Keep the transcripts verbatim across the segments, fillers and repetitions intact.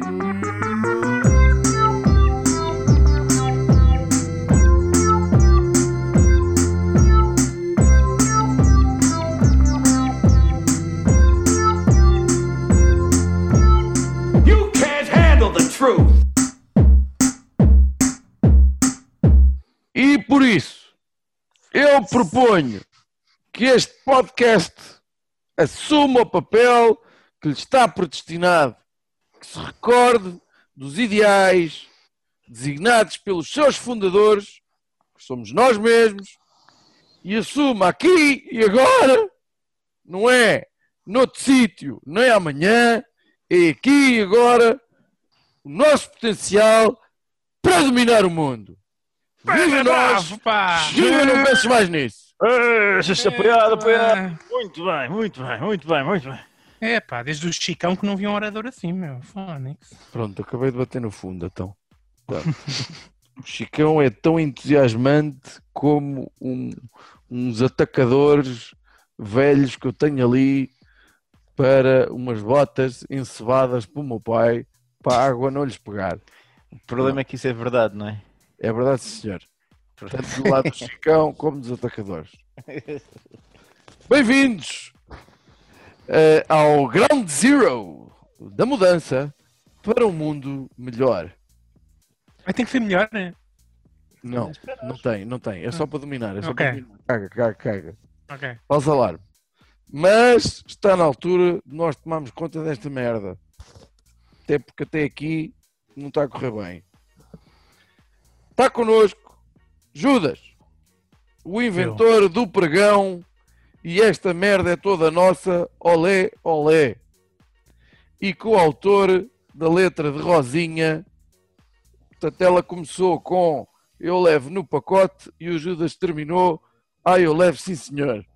E por isso, eu proponho que este podcast assuma o papel que lhe está predestinado, que se recorde dos ideais designados pelos seus fundadores, que somos nós mesmos, e assuma aqui e agora, não é noutro sítio, não é amanhã, é aqui e agora, o nosso potencial para dominar o mundo. Viva nós! Viva, não penses mais nisso! É, está apoiado, apoiado! Muito bem, muito bem, muito bem, muito bem. É pá, desde o Chicão que não vi um orador assim, meu. Fónix. Pronto, acabei de bater no fundo, então. Tá. O Chicão é tão entusiasmante como um, uns atacadores velhos que eu tenho ali para umas botas encebadas pelo meu pai para a água não lhes pegar. O problema não. É que isso é verdade, não é? É verdade, senhor. Tanto do lado do Chicão como dos atacadores. Bem-vindos uh, ao Ground Zero da mudança para um mundo melhor. Mas tem que ser melhor, né? Não, não tem, não tem. É só para dominar. É só okay. para dominar. Caga, caga, caga. Ok. Pausa alarme. Mas está na altura de nós tomarmos conta desta merda. Até porque até aqui não está a correr bem. Está connosco Judas, o inventor Eu. do pregão, e esta merda é toda nossa, olé, olé. E coautor da letra de Rosinha. Portanto, ela começou com eu levo no pacote e o Judas terminou, ah, eu levo sim senhor.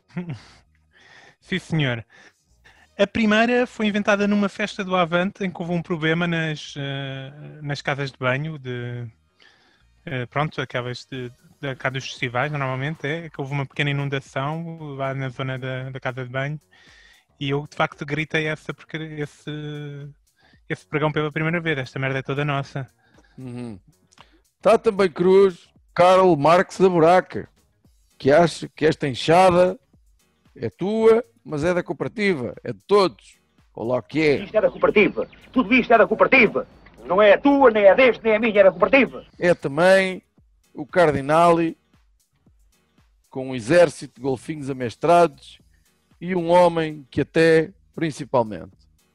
Sim senhor. A primeira foi inventada numa festa do Avante em que houve um problema nas, uh, nas casas de banho de... Uh, pronto, aquelas de, de, cá dos festivais, normalmente é que houve uma pequena inundação lá na zona da, da casa de banho e eu de facto gritei essa, porque esse, esse pregão pela primeira vez, esta merda é toda nossa. Uhum. Está também cruz Karl Marx da Buraca, que acha que esta enxada é tua, mas é da cooperativa, é de todos. Olá, o que é? Isto é da cooperativa, tudo isto é da cooperativa. Não é a tua, nem a deste, nem a minha, era cooperativa. É também o Cardinali, com um exército de golfinhos amestrados e um homem que até, principalmente.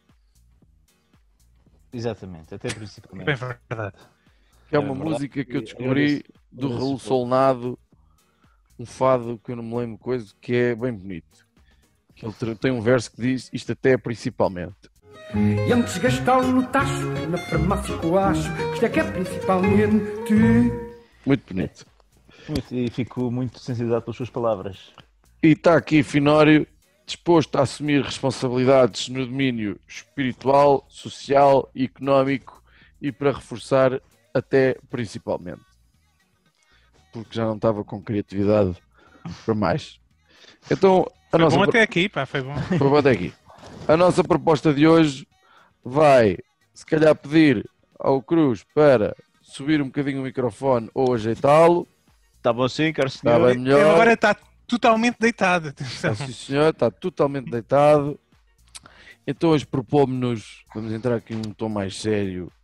Exatamente, até principalmente. É verdade. Que é uma é música que eu descobri do Raul Solnado, um fado que eu não me lembro coisa, que é bem bonito. Que ele tem um verso que diz, isto até é principalmente. E antes gastá-lo no tacho, na farmácia que eu acho que isto é que é principalmente. Muito bonito. E fico muito sensibilizado pelas suas palavras. E está aqui Finório, disposto a assumir responsabilidades no domínio espiritual, social e económico e para reforçar até principalmente. Porque já não estava com criatividade para mais. Então, a foi nossa... bom até aqui, pá, foi bom. Foi bom até aqui. A nossa proposta de hoje vai, se calhar, pedir ao Cruz para subir um bocadinho o microfone ou ajeitá-lo. Está bom sim, caro senhor. Está bem melhor. Ele agora está totalmente deitado. Está, sim, senhor, está totalmente deitado. Então hoje propomos-nos, vamos entrar aqui num tom mais sério,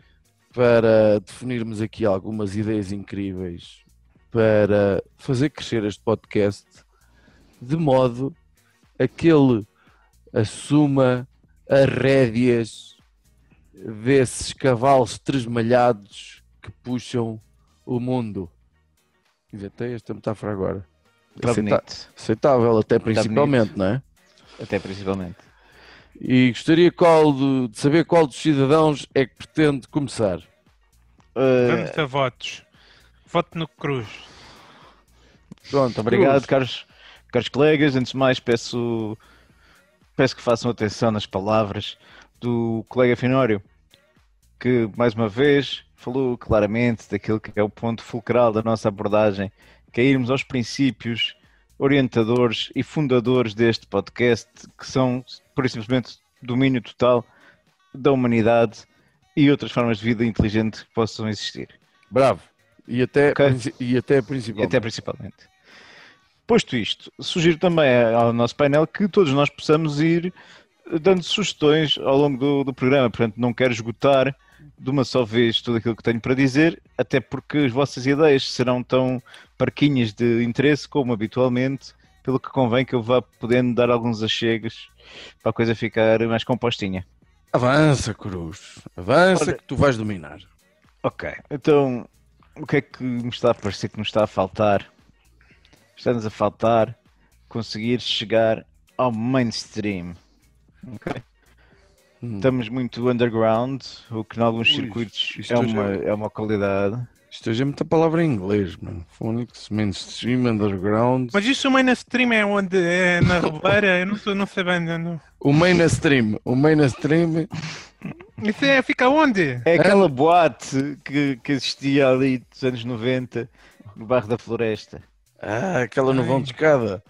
para definirmos aqui algumas ideias incríveis para fazer crescer este podcast de modo a que ele assuma as rédeas desses cavalos tresmalhados que puxam o mundo. Inventei esta metáfora agora. Aceita- aceitável, até principalmente, não é? Até principalmente. E gostaria qual de, de saber qual dos cidadãos é que pretende começar. Uh... Vamos a votos. Voto no Cruz. Pronto, obrigado, caros, caros colegas. Antes de mais, peço... Peço que façam atenção nas palavras do colega Finório, que, mais uma vez, falou claramente daquilo que é o ponto fulcral da nossa abordagem, que é irmos aos princípios orientadores e fundadores deste podcast, que são, por simplesmente, domínio total da humanidade e outras formas de vida inteligente que possam existir. Bravo. E até, Ok. princi- e até E principalmente. até principalmente. Posto isto, sugiro também ao nosso painel que todos nós possamos ir dando sugestões ao longo do, do programa. Portanto, não quero esgotar de uma só vez tudo aquilo que tenho para dizer, até porque as vossas ideias serão tão parquinhas de interesse como habitualmente, pelo que convém que eu vá podendo dar alguns achegas para a coisa ficar mais compostinha. Avança, Cruz. Avança Olha- que tu vais dominar. Ok, então o que é que me está a parecer que nos está a faltar? Está-nos a faltar conseguir chegar ao mainstream. Ok? Hum. Estamos muito underground, o que em alguns Ui, circuitos isto é hoje uma, é- é uma qualidade. Isto hoje é muita palavra em inglês, mano. Phonics, mainstream, underground. Mas isso o mainstream é onde? É na Ribeira? Eu não, tô, não sei bem. Não. O mainstream. O mainstream. Isso é, fica onde? É aquela boate que, que existia ali dos anos noventa, no bairro da Floresta. Ah, aquela no vão Ai. de escada.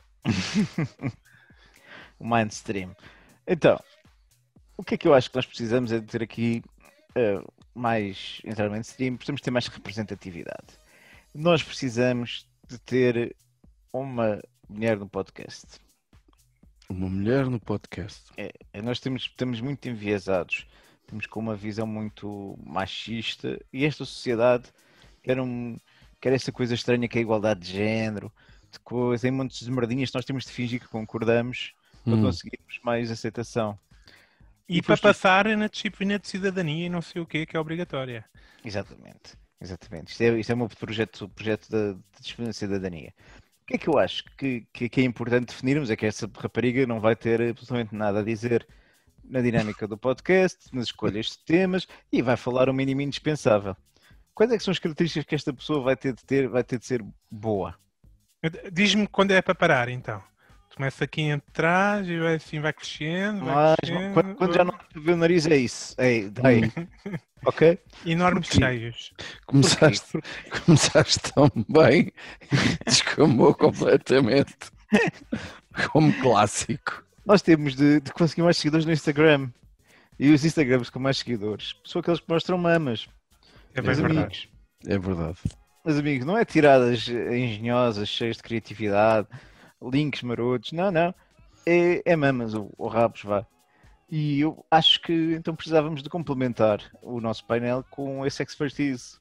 O mainstream. Então, o que é que eu acho que nós precisamos é de ter aqui eh, mais, entrar no mainstream, precisamos ter mais representatividade. Nós precisamos de ter uma mulher no podcast. Uma mulher no podcast. É, é, nós temos, estamos muito enviesados, temos com uma visão muito machista e esta sociedade quer, um, quer essa coisa estranha que é a igualdade de género, de coisa, em montes de merdinhas que nós temos de fingir que concordamos para Hum. conseguirmos mais aceitação. E, E para depois tu- passar na disciplina de cidadania e não sei o que, que é obrigatória. Exatamente, exatamente. Isto é, isto é o meu projeto, projeto da, de disciplina de cidadania. O que é que eu acho que, que, que é importante definirmos é que essa rapariga não vai ter absolutamente nada a dizer na dinâmica do podcast, nas escolhas de temas e vai falar o mínimo indispensável. Quais é que são as características que esta pessoa vai ter de ter, vai ter de ser boa? Diz-me quando é para parar, então. Começa aqui em trás e vai assim, vai crescendo, vai Mas crescendo. quando, quando já não vê o nariz é isso. É, daí. Ok? Enormes Porquê? cheios. Começaste, começaste tão bem e descamou completamente. Como clássico. Nós temos de, de conseguir mais seguidores no Instagram. E os Instagrams com mais seguidores são aqueles que mostram mamas. É bem Meus verdade. amigos. É verdade. Meus amigos, não é tiradas engenhosas, cheias de criatividade, links marotos, não, não. É, é mamas ou, ou rabos, vá. E eu acho que então precisávamos de complementar o nosso painel com esse expertise.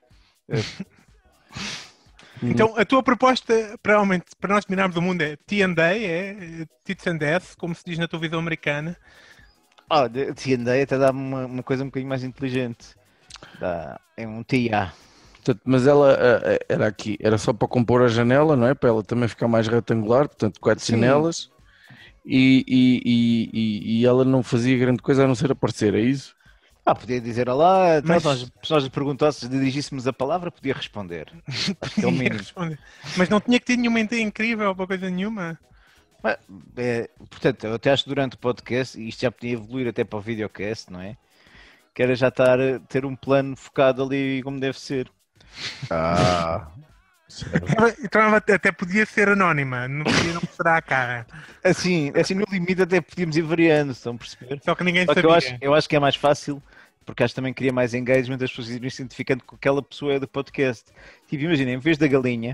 Então, a tua proposta para, aument... para nós dominarmos o mundo é T and A, é Tits and S, como se diz na televisão americana. Olha, T and A até dá uma, uma coisa um bocadinho mais inteligente. Dá, é um T A. Portanto, mas ela ah, ah, era aqui, era só para compor a janela, não é? Para ela também ficar mais retangular, portanto, quatro Sim. janelas. E, e, e, e, e ela não fazia grande coisa a não ser aparecer, é isso? Ah, podia dizer olá, então, Mas- se nós, se nós lhe perguntássemos, dirigíssemos a palavra, podia responder. Acho que é o Ia mínimo. responder. Mas não tinha que ter nenhuma ideia incrível para coisa nenhuma. Mas, é, portanto, eu até acho que durante o podcast, e isto já podia evoluir até para o videocast, não é? Que era já estar a ter um plano focado ali como deve ser. Ah, Então até até podia ser anónima, não podia não mostrar a cara. Assim, assim no limite até podíamos ir variando, estão a perceber? Só que ninguém Só que sabia. eu acho, eu acho que é mais fácil, porque acho que também cria mais engagement, as pessoas irem se identificando com aquela pessoa do podcast. Tipo, imagina, em vez da galinha,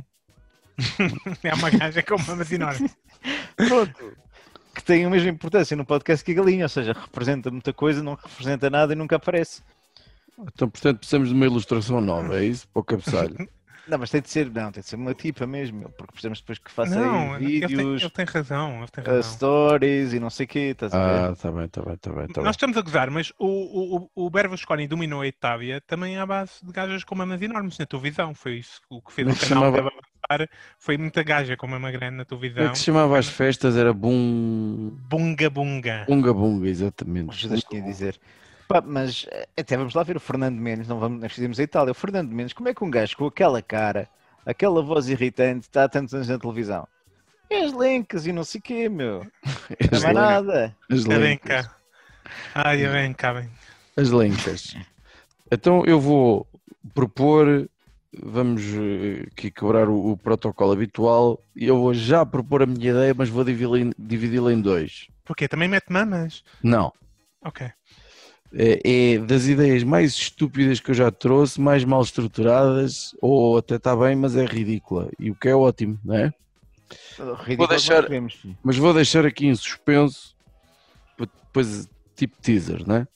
É uma gaja com mamas enormes. pronto, que tem a mesma importância no podcast que a galinha, ou seja, representa muita coisa, não representa nada e nunca aparece. então, portanto, precisamos de uma ilustração nova, é isso? Para o cabeçalho. Não, mas tem de ser, não, tem de ser uma tipa mesmo, meu, porque precisamos depois que faça Não, aí ele tem, vídeos, ele tem razão. Ele tem uh, razão. stories e não sei o quê, estás a ver? Ah, está bem, está bem, está bem. Tá bem. Nós estamos a gozar, mas o, o, o Berlusconi dominou a Itália também à base de gajas com mamas enormes na televisão. Foi isso o que fez Como é o que canal chamava? deve avançar. Foi muita gaja com mama grande na Como televisão. é que se chamava as festas? Era bum... Bunga bunga. Bunga Bunga, exatamente. Ajudas-te a dizer. Pá, mas eh, até vamos lá ver o Fernando Mendes, não vamos, nós fizemos a Itália. O Fernando Mendes, como é que um gajo com aquela cara, aquela voz irritante, está há tantos anos na televisão? É as lencas e não sei o quê, meu. Não As, é mais len- nada. as Vem lencas. cá. Ai, vem cá, vem. As lencas. Então eu vou propor, vamos eh, aqui quebrar o, o protocolo habitual, e eu vou já propor a minha ideia, mas vou dividi-la em, dividi-la em dois. Porquê? Também mete mamas? Não. Ok. é, é das ideias mais estúpidas que eu já trouxe, mais mal estruturadas, ou até está bem, mas é ridícula. E o que é ótimo, não é? Ridículo Vou deixar- não queremos, filho. Mas vou deixar aqui em suspenso, para depois tipo teaser, não é?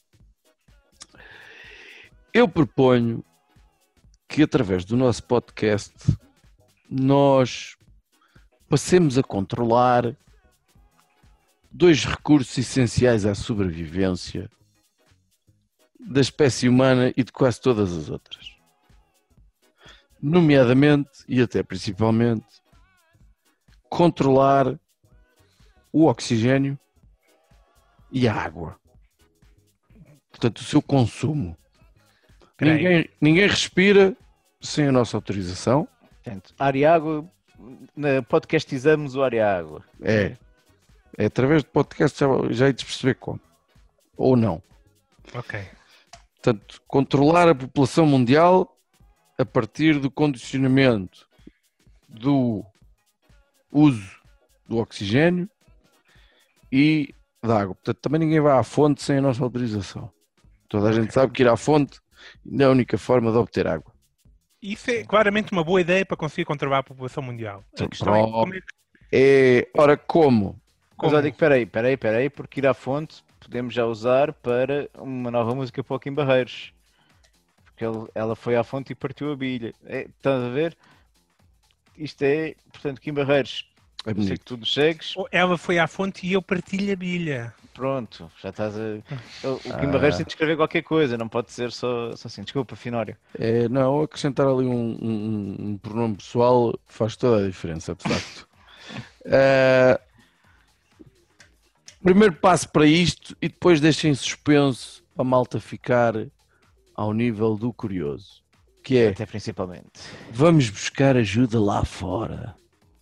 Eu proponho que através do nosso podcast nós passemos a controlar dois recursos essenciais à sobrevivência da espécie humana e de quase todas as outras. Nomeadamente, e até principalmente, controlar o oxigênio e a água. Portanto, o seu consumo. Peraí. Ninguém, ninguém respira sem a nossa autorização. Portanto, ar e água, na- podcastizamos o ar e a água. É. É através de podcast já, já hei de perceber como. Ou não. Ok. Portanto, controlar a população mundial a partir do condicionamento do uso do oxigênio e da água. Portanto, também ninguém vai à fonte sem a nossa autorização. Toda a gente sabe que ir à fonte é a única forma de obter água. Isso é claramente uma boa ideia para conseguir controlar a população mundial. A questão é como é que... É, ora, como? Mas Como? olha que peraí, peraí, peraí, porque ir à fonte podemos já usar para uma nova música para o Kim Barreiros. Porque ele- ela foi à fonte e partiu a bilha. É, estás a ver? Isto é, portanto, Kim Barreiros, É eu sei que bonito. tu nos segues, Ela foi à fonte e eu partilho a bilha. pronto, já estás a... O, o Kim Ah. Barreiros tem de escrever qualquer coisa, não pode ser só, só assim. Desculpa, Finório. É, não, acrescentar ali um, um, um pronome pessoal faz toda a diferença, de facto. Eh, primeiro passo para isto e depois deixem em suspenso para a malta ficar ao nível do curioso, que é, Até principalmente. vamos buscar ajuda lá fora.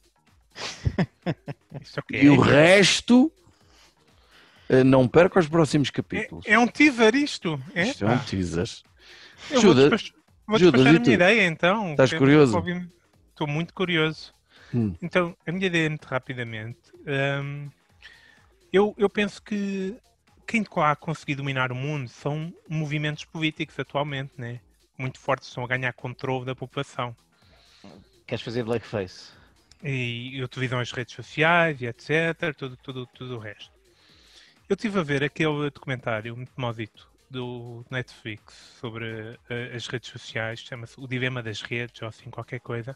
Isso ok. E o resto, eh, não perca os próximos capítulos. É, é um teaser isto. É, Isto é um pá. teaser. Eu vou, Judas, despach... vou Judas, despachar e a minha tu? ideia então. Estás Quero curioso? ouvir- Estou muito curioso. Hum. Então, a minha ideia, muito rapidamente, hum, eu, eu penso que quem está a conseguir dominar o mundo são movimentos políticos atualmente, né? Muito fortes, estão a ganhar controle da população. Queres fazer blackface? E, e utilizam as redes sociais e etcétera, tudo, tudo, tudo o resto. Eu estive a ver aquele documentário muito maldito do Netflix sobre eh, as redes sociais, chama-se O Dilema das Redes, ou assim qualquer coisa.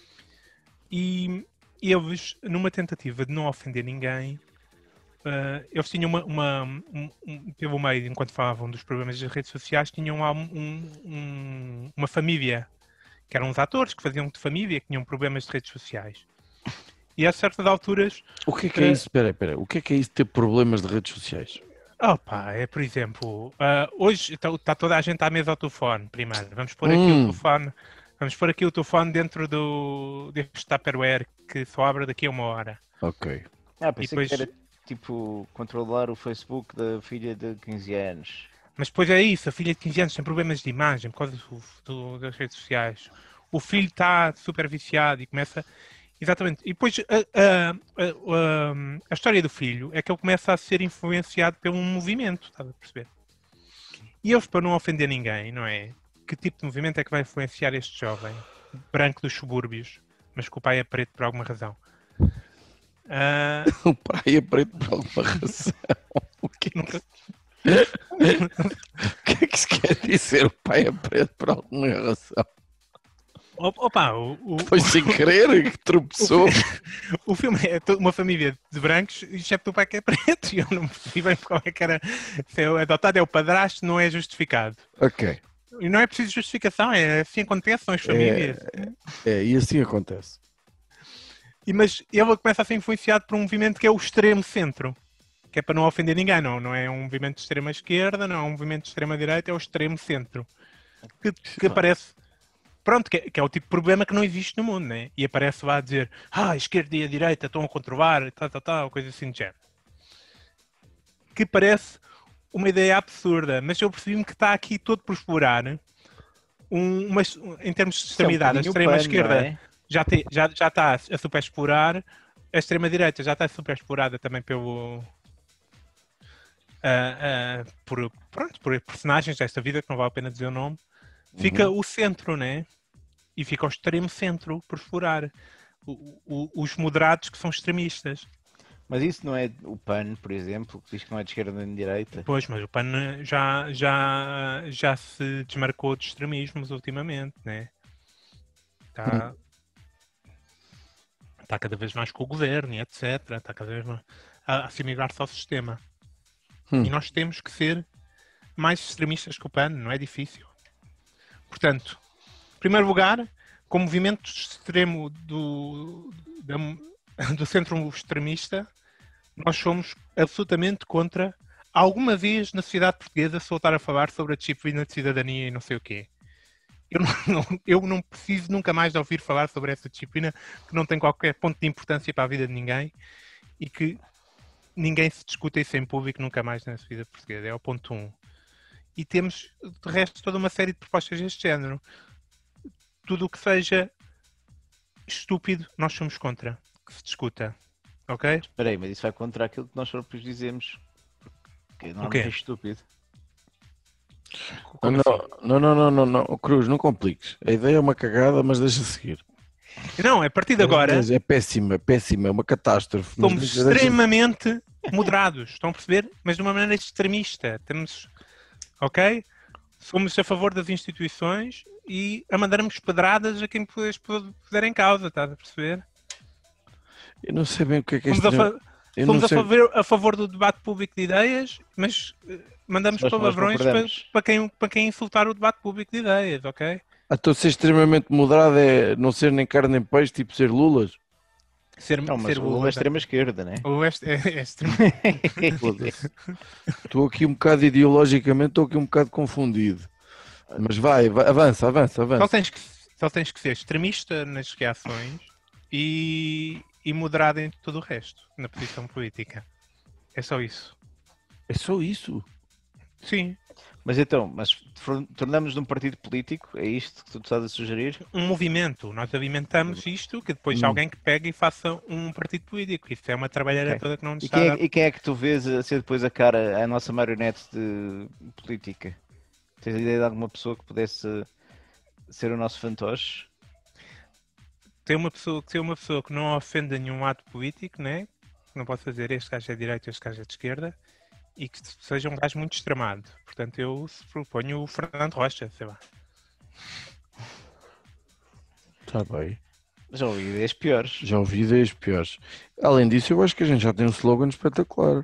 E eles, numa tentativa de não ofender ninguém, eh, eles tinham uma, uma um, um, pelo meio, enquanto falavam dos problemas das redes sociais, tinham lá um- um- uma família, que eram uns atores que faziam de família, que tinham problemas de redes sociais. E a certas alturas, O que é que é Eh, isso? Espera, espera. O que é que é isso de ter problemas de redes sociais? opa, é por exemplo, ah, hoje está toda a gente à mesa ao telefone, primeiro. Vamos pôr aqui Hum. o telefone, vamos pôr aqui o telefone dentro do deste Tupperware que só abre daqui a uma hora. Ok. Ah, pensei depois- que era tipo controlar o Facebook da filha de quinze anos. Mas depois é isso, a filha de quinze anos tem problemas de imagem por causa do- do- das redes sociais. O filho está super viciado e começa. Exatamente. E depois a, a- a- a- a história do filho é que ele começa a ser influenciado por um movimento, estás a perceber? E eles, para não ofender ninguém, não é? Que tipo de movimento é que vai influenciar este jovem branco dos subúrbios, mas que o pai é preto por alguma razão? Ah, O pai é preto por alguma razão. O que, é nunca- o que é que isso quer dizer? O pai é preto por alguma razão. Opa, o, o, Foi sem querer que tropeçou. O filme é toda uma família de brancos, excepto o pai que é preto. E eu não percebi bem qual é que era. Se é o adotado é o padrasto, não é justificado. Ok. E não é preciso justificação, é assim acontece, são as famílias. É, e assim acontece. E, mas ele começa a ser influenciado por um movimento que é o extremo centro. Que é para não ofender ninguém, não. Não é um movimento de extrema esquerda, não é um movimento de extrema direita, é o extremo centro. Que, que aparece. Pronto, que é, que é o tipo de problema que não existe no mundo, né? E aparece lá a dizer, ah, a esquerda e a direita estão a controlar, tal, tal, tal, coisa assim de género. Que parece uma ideia absurda, mas eu percebi-me que está aqui todo por explorar um, uma, em termos de extremidade. A extrema esquerda já, te, já, já está a super explorar, a extrema direita já está super explorada também pelo... uh, uh, por, pronto, por personagens desta vida, que não vale a pena dizer o nome, fica uhum. o centro, né? E fica o extremo centro por explorar. O, o, os moderados que são extremistas. Mas isso não é o P A N, por exemplo, que diz que não é de esquerda nem de direita? Pois, mas o P A N já, já, já se desmarcou de extremismos ultimamente, né? Está hum. tá cada vez mais com o governo e etcétera. Está cada vez mais a, a se migrar-se ao sistema. Hum. E nós temos que ser mais extremistas que o P A N, não é difícil. Portanto, em primeiro lugar, com o movimento extremo do, da, do centro extremista, nós somos absolutamente contra alguma vez na sociedade portuguesa se voltar a falar sobre a disciplina de cidadania e não sei o quê. Eu não, não, eu não preciso nunca mais de ouvir falar sobre essa disciplina que não tem qualquer ponto de importância para a vida de ninguém e que ninguém se discute isso em público nunca mais na vida portuguesa. É o ponto um. E temos, de resto, toda uma série de propostas deste género. Tudo o que seja estúpido, nós somos contra que se discuta. Ok? Espera aí, mas isso vai contra aquilo que nós próprios dizemos. Que não é estúpido. Não, não, não, não, não, não, Cruz, não compliques. A ideia é uma cagada, mas deixa seguir. Não, a partir de agora... É péssima, é péssima, é uma catástrofe. Somos extremamente deixa... moderados, estão a perceber? Mas de uma maneira extremista. Temos... Ok? Somos a favor das instituições e a mandarmos pedradas a quem puder em causa, estás a perceber? Eu não sei bem o que é que é Somos, a, fa somos a, favor, a favor do debate público de ideias, mas uh, mandamos palavrões para, para, quem, para quem insultar o debate público de ideias, ok? Então ser extremamente moderado é não ser nem carne nem peixe, tipo ser Lulas? Ser, não, mas ser o Lula é extrema esquerda, né? O é, é, é extrema... Estou aqui um bocado ideologicamente, estou aqui um bocado confundido. Mas vai, vai avança, avança, avança. Só tens, que, só tens que ser extremista nas reações e, e moderado em tudo o resto, na posição política. É só isso. É só isso? Sim. Mas então, mas tornamos-nos num partido político? É isto que tu estás a sugerir? Um movimento. Nós alimentamos isto, que depois hum. alguém que pega e faça um partido político. Isso é uma trabalhadora okay. toda que não nos e está quem a é, E quem é que tu vês a ser depois a cara, a nossa marionete de política? Tens a ideia de alguma pessoa que pudesse ser o nosso fantoche? Tem uma pessoa, tem uma pessoa que não ofenda nenhum ato político, né? Que não pode fazer este gajo é de direita, este gajo é de esquerda. E que seja um gajo muito extremado. Portanto, eu proponho o Fernando Rocha, sei lá. Está bem. Já ouvi ideias piores. Já ouvi ideias piores. Além disso, eu acho que a gente já tem um slogan espetacular.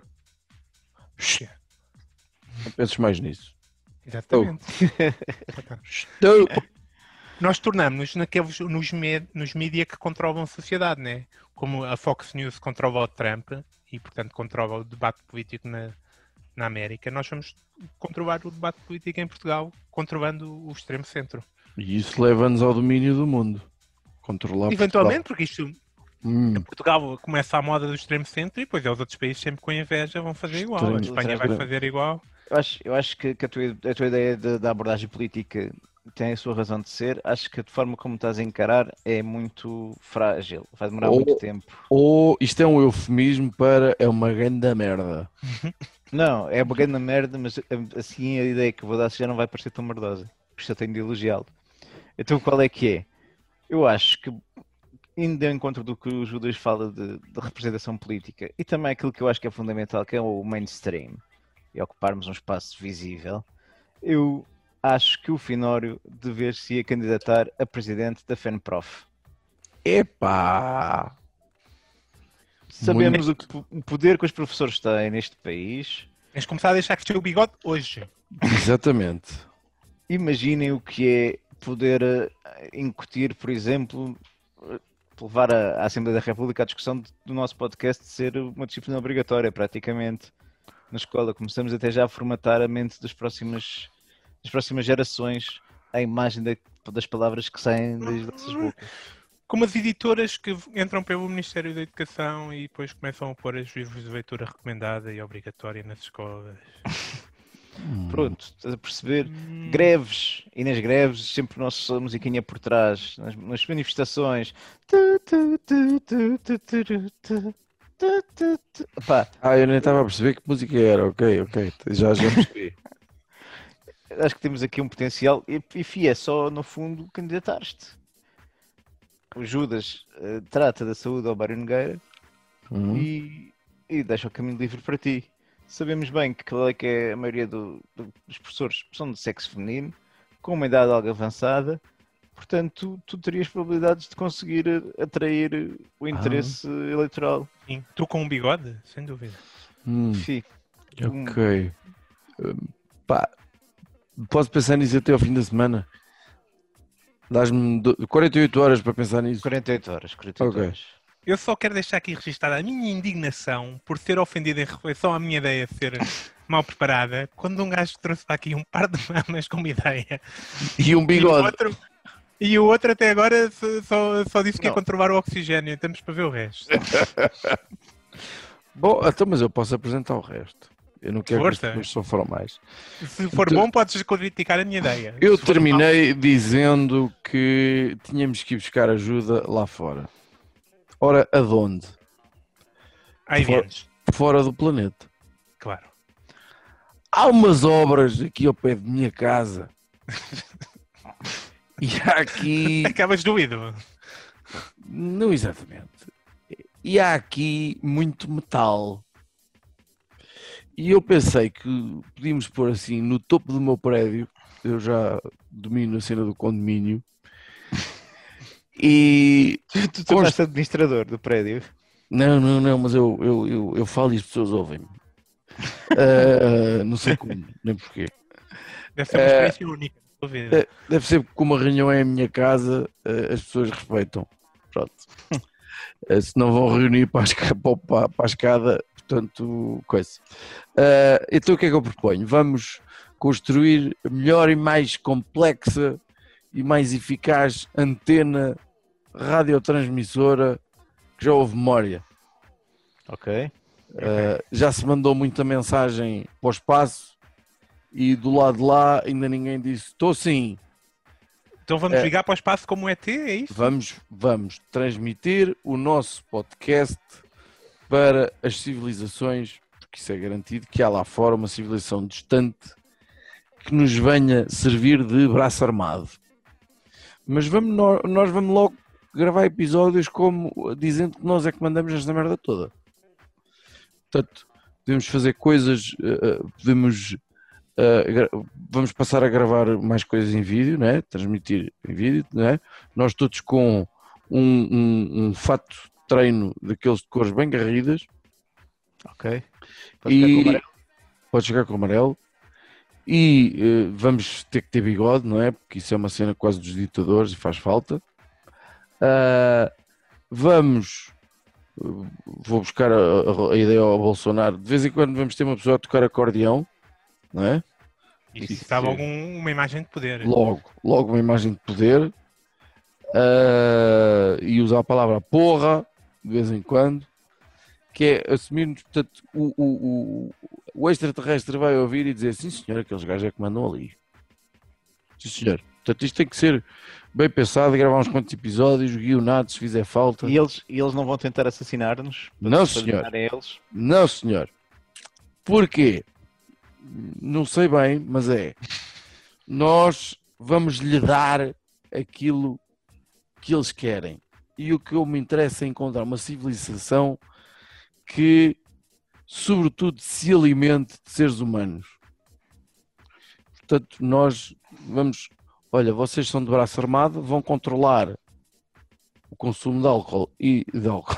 Não penses mais nisso. Exatamente. Estou. Nós tornamos-nos naqueles, nos, nos mídias que controlam a sociedade, né? Como a Fox News controla o Trump e, portanto, controla o debate político na na América, nós vamos controlar o debate político em Portugal, controlando o extremo centro. E isso leva-nos ao domínio do mundo. Controlar eventualmente, Portugal. porque isto hum. em Portugal começa a moda do extremo centro e depois os outros países sempre com inveja vão fazer igual. Extremo, a Espanha vai fazer igual. Eu acho, eu acho que, que a, tua, a tua ideia de, da abordagem política tem a sua razão de ser. Acho que a forma como estás a encarar é muito frágil. Vai demorar ou, muito tempo. Ou isto é um eufemismo para é uma grande merda. Não, é uma grande merda, mas assim a ideia que eu vou dar já não vai parecer tão merdosa. Por isso eu tenho de elogiá-lo. Então qual é que é? Eu acho que, indo ao encontro do que o Judas fala de, de representação política, e também aquilo que eu acho que é fundamental, que é o mainstream, e ocuparmos um espaço visível, eu acho que o Finório dever-se a candidatar a presidente da FENPROF. Epá! Sabemos o, que, o poder que os professores têm neste país. Tens de começar a deixar crescer o bigode hoje. Exatamente. Imaginem o que é poder uh, incutir, por exemplo, uh, levar a, a Assembleia da República à discussão de, do nosso podcast de ser uma disciplina obrigatória, praticamente, na escola. Começamos até já a formatar a mente das próximas, das próximas gerações, a imagem da, das palavras que saem das nossas bocas. Como as editoras que entram pelo Ministério da Educação e depois começam a pôr os livros de leitura recomendada e obrigatória nas escolas. Pronto, estás a perceber? Hum. Greves, e nas greves sempre nossa musiquinha por trás, nas, nas manifestações. Tu, tu, tu. Pá, Ah, eu nem estava a perceber que música era. Ok, ok. Já, já percebi. acho que temos aqui um potencial. E, e fi, é só, no fundo, candidatar-te. O Judas eh, trata da saúde ao Mário Nogueira Uhum. e, e deixa o caminho livre para ti. Sabemos bem que, qual é, que é a maioria do- do- dos professores são de sexo feminino, com uma idade algo avançada, portanto, tu, tu terias probabilidades de conseguir eh, atrair o interesse eleitoral. Sim. Tu com um bigode, sem dúvida. Hum, Fi, um- ok. Hum, Pá, posso pensar nisso até ao fim da semana? Dás-me do- quarenta e oito horas para pensar nisso? quarenta e oito horas, quarenta e oito Ok. horas. Eu só quero deixar aqui registada a minha indignação por ser ofendido em relação à minha ideia de ser mal preparada, quando um gajo trouxe para aqui um par de mamas como ideia E um e o bigode. outro, e o outro até agora só, só, só disse que ia Não. controlar o oxigênio. Temos para ver o resto. Bom, então, mas eu posso apresentar o resto. Eu não quero Força. que as pessoas sofram mais. Se for Tu- bom, podes criticar a minha ideia. Eu Se for mau, terminei dizendo que tínhamos que ir buscar ajuda lá fora. Ora, aonde? aí for- vienes. Fora do planeta. Claro. Há umas obras aqui ao pé de minha casa. E há aqui... Acabas doído. Não exatamente. E há aqui muito metal. E eu pensei que podíamos pôr assim no topo do meu prédio. Eu já domino a cena do condomínio. E Tu, tu tornaste administrador do prédio. não, não, não, mas eu, eu, eu, eu falo e as pessoas ouvem-me. Ah, não sei como, nem porquê. Deve ser uma Eh, experiência única na tua vida. Eh, Deve ser porque como a reunião é em minha casa, eh, as pessoas respeitam. Pronto. Eh, Se não vão reunir para a, esca- para o- para a escada, portanto, coisa. Eh, então o que é que eu proponho? Vamos construir a melhor e mais complexa e mais eficaz antena radiotransmissora que já houve memória. Ok. Uh, já se mandou muita mensagem para o espaço e do lado de lá ainda ninguém disse estou sim, Então vamos eh, ligar para o espaço como um E T, é isso? vamos, vamos transmitir o nosso podcast para as civilizações, porque isso é garantido que há lá fora uma civilização distante que nos venha servir de braço armado. Mas vamos, nó- nós vamos logo gravar episódios como dizendo que nós é que mandamos esta merda toda. Portanto, podemos fazer coisas, eh, eh, podemos, eh, gra- vamos passar a gravar mais coisas em vídeo, né? Transmitir em vídeo, né? Nós todos com um, um, um fato de treino daqueles de cores bem garridas Ok. Pode ficar com o e amarelo. pode chegar com o amarelo e eh, vamos ter que ter bigode, não é? Porque isso é uma cena quase dos ditadores e faz falta. Ah, vamos vou buscar a, a- a ideia ao Bolsonaro. De vez em quando vamos ter uma pessoa a tocar acordeão, não é? Isso Isso estava é- algum, uma imagem de poder. Logo, logo uma imagem de poder. Ah, e usar a palavra porra de vez em quando, que é assumirmos, portanto, o, o, o, o extraterrestre vai ouvir e dizer sim senhor, aqueles gajos é que mandam ali. Sim senhor. Portanto, isto tem que ser bem pensado, gravar uns quantos episódios, guionados se fizer falta. E eles, e eles não vão tentar assassinar-nos? para Não, nos senhor. assassinaram a eles? Não, senhor. Porquê? Não sei bem, mas é. Nós vamos lhe dar aquilo que eles querem. E o que eu me interessa é encontrar uma civilização que, sobretudo, se alimente de seres humanos. Portanto, nós vamos... Olha, vocês são de braço armado, vão controlar o consumo de álcool e de álcool.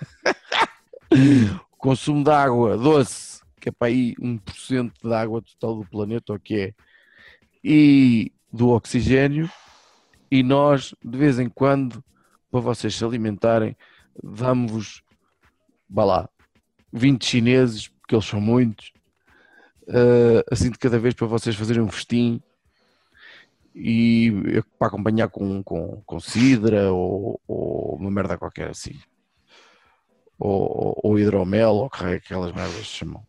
O consumo de água doce, que é para aí um por cento da água total do planeta, o que é, e do oxigênio, e nós, de vez em quando, para vocês se alimentarem, damos-vos, vá lá, vinte chineses, porque eles são muitos, uh, assim de cada vez para vocês fazerem um festim, e para acompanhar com, com, com cidra ou, ou uma merda qualquer assim. Ou, ou hidromel, ou que aquelas merdas se chamam.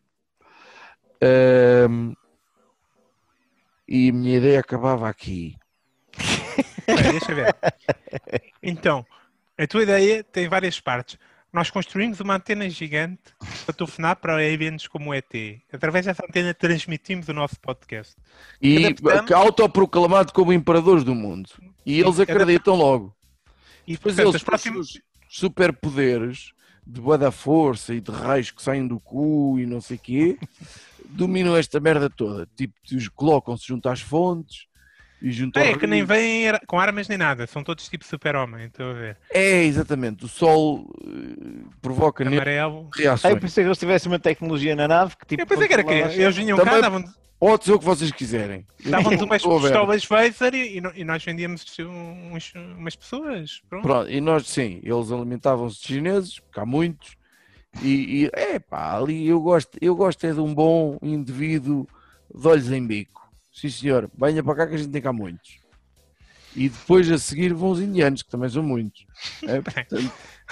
Um, e a minha ideia acabava aqui. Bem, deixa eu ver. Então, a tua ideia tem várias partes. nós construímos uma antena gigante para telefonar para eventos como o E T. Através dessa antena transmitimos o nosso podcast. E Adaptamos- autoproclamado como imperadores do mundo. E eles acreditam logo. E Depois portanto, eles, as com os próximas... seus superpoderes de bué da força e de raios que saem do cu e não sei o quê, dominam esta merda toda. Tipo, os colocam-se junto às fontes e junto É, ao que nem rio. vêm ar- com armas nem nada. São todos tipo super-homem. Estou a ver. É, exatamente. O sol eh, provoca neles Amarelo. Ah, eu reações. pensei que eles tivessem uma tecnologia na nave que tipo. Eu pensei que era que controlava- eles vinham cá, Também- davam-nos Pode ser o que vocês quiserem. davam-nos umas Estou aberto. pistolas phaser e, e no- e nós vendíamos uns, umas pessoas. Pronto. Pronto, e nós sim, eles alimentavam-se de chineses, porque há muitos, e, e é pá, ali eu gosto, eu gosto é de um bom indivíduo de olhos em bico. Sim senhor, venha para cá que a gente tem cá muitos. E depois a seguir vão os indianos, que também são muitos. É, portanto,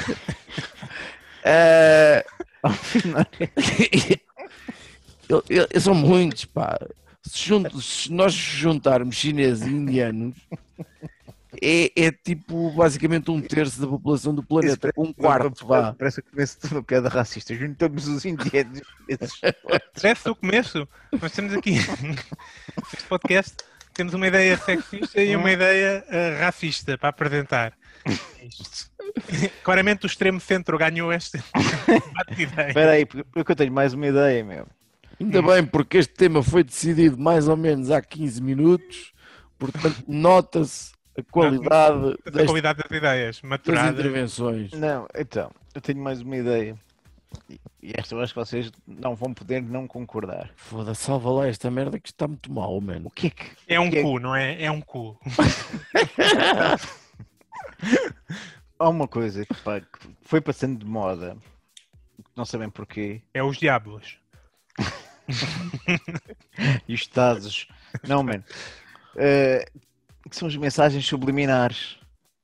é, eu- eu- eu- são muitos, pá. Se, junto- se nós juntarmos chineses e indianos, é, é tipo basicamente um terço da população do planeta, um quarto, vá. Parece o começo de uma piada racista. Juntamos os indianos. esses- Parece o começo. Nós temos aqui este podcast, temos uma ideia sexista e uma ideia eh, racista para apresentar. Claramente o extremo centro ganhou esta esta ideia. Espera aí, porque porque eu tenho mais uma ideia, meu. Ainda bem, porque este tema foi decidido mais ou menos há quinze minutos, portanto nota-se a qualidade A das, qualidade das ideias, das maturadas. intervenções. Não, então, eu tenho mais uma ideia. E- E esta eu acho que vocês não vão poder não concordar. Foda-se, salva lá esta merda que está muito mal, mano. O que é que. É um que é- cu, não é? É um cu. Há uma coisa que, pá, que foi passando de moda, não sabem porquê, É os diabos. e os Tazos. Não, mano. Eh, que são as mensagens subliminares.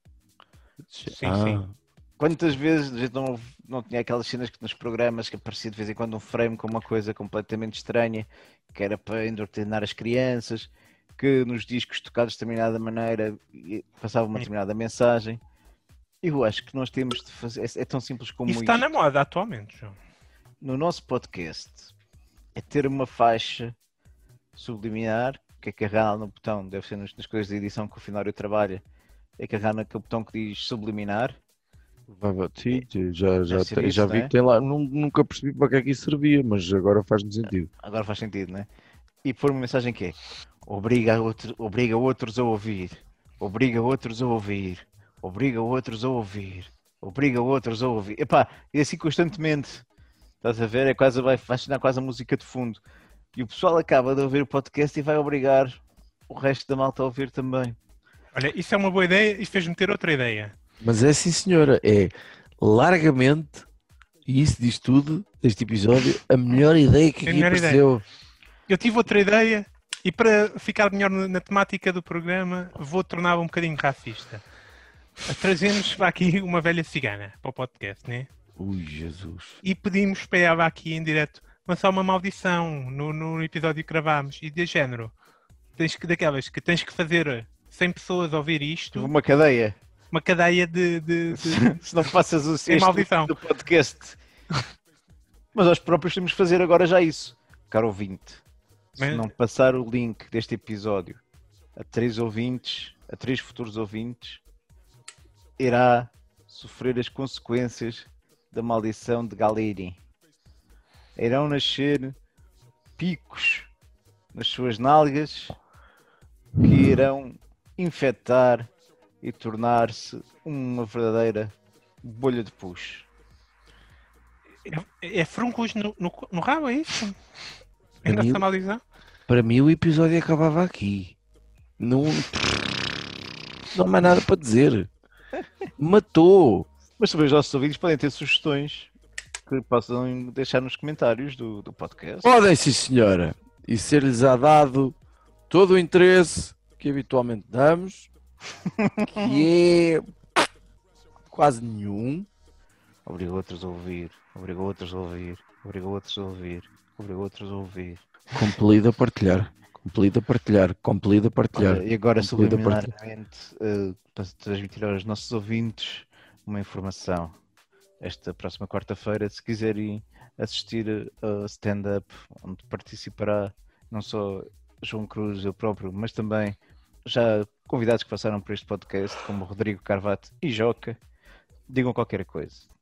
Sim, Ah, sim. Quantas vezes a gente não, não tinha aquelas cenas que nos programas que aparecia de vez em quando um frame com uma coisa completamente estranha, que era para endoctrinar as crianças, que nos discos tocados de determinada maneira e passava uma determinada mensagem. Eu acho que nós temos de fazer. É, é tão simples como Isso isto. está na moda atualmente, João. No nosso podcast é ter uma faixa subliminar, que é carregar no botão, deve ser nas, nas coisas de edição que o Finório trabalha, é carregar naquele botão que diz subliminar. Vai, vai, sim, já, já, Deve ser tem- isso, já não vi é? que tem lá, nu- nunca percebi para que é que isso servia, mas agora faz-me sentido. Agora faz sentido, não é? E pôr uma mensagem que é obriga, outro, obriga outros a ouvir, obriga outros a ouvir, obriga outros a ouvir, obriga outros a ouvir. Epá, e assim constantemente. Estás a ver? É quase, vai, vai sonar quase a música de fundo. E o pessoal acaba de ouvir o podcast e vai obrigar o resto da malta a ouvir também. Olha, isso é uma boa ideia e fez-me ter outra ideia. mas é sim senhora, é largamente, e isso diz tudo, deste episódio, a melhor ideia que É a aqui melhor apareceu. Eu tive outra ideia e para ficar melhor na, na temática do programa vou torná-la um bocadinho racista. Trazemos para aqui uma velha cigana para o podcast, né? Ui, Jesus. E pedimos para ela aqui em direto lançar uma maldição no, no episódio que gravámos e de género. Tens que, daquelas que tens que fazer cem pessoas ouvir isto, Uma cadeia. uma cadeia de... de- de- Se não faças o sexto maldição. do podcast. Mas nós próprios temos que fazer agora já isso. Caro ouvinte, se Mas- não passar o link deste episódio a três ouvintes, a três futuros ouvintes, irá sofrer as consequências da maldição de Galeri. Irão nascer picos nas suas nálgas que irão infectar e tornar-se uma verdadeira bolha de pus. É, é frúnculos no, no, no rabo, é isso? É Amigo. essa maldição? Para mim o episódio acabava aqui. Não, não há mais nada para dizer. Matou. Mas também os nossos ouvintes podem ter sugestões que possam deixar nos comentários do, do podcast. Podem, sim senhora. E ser-lhes dado todo o interesse que habitualmente damos, que é quase nenhum. Obriga outros a ouvir, obriga outros a ouvir, obriga outros a ouvir, obriga outros a ouvir. Compelido a partilhar. Compelido a partilhar. Compelido a partilhar. Olha, e agora Compelido a partilhar. subliminarmente uh, para transmitir aos nossos ouvintes uma informação. esta próxima quarta-feira, se quiserem assistir a stand-up, onde participará não só João Cruz, eu próprio, mas também já convidados que passaram por este podcast, como Rodrigo Carvalho e Joca, digam qualquer coisa.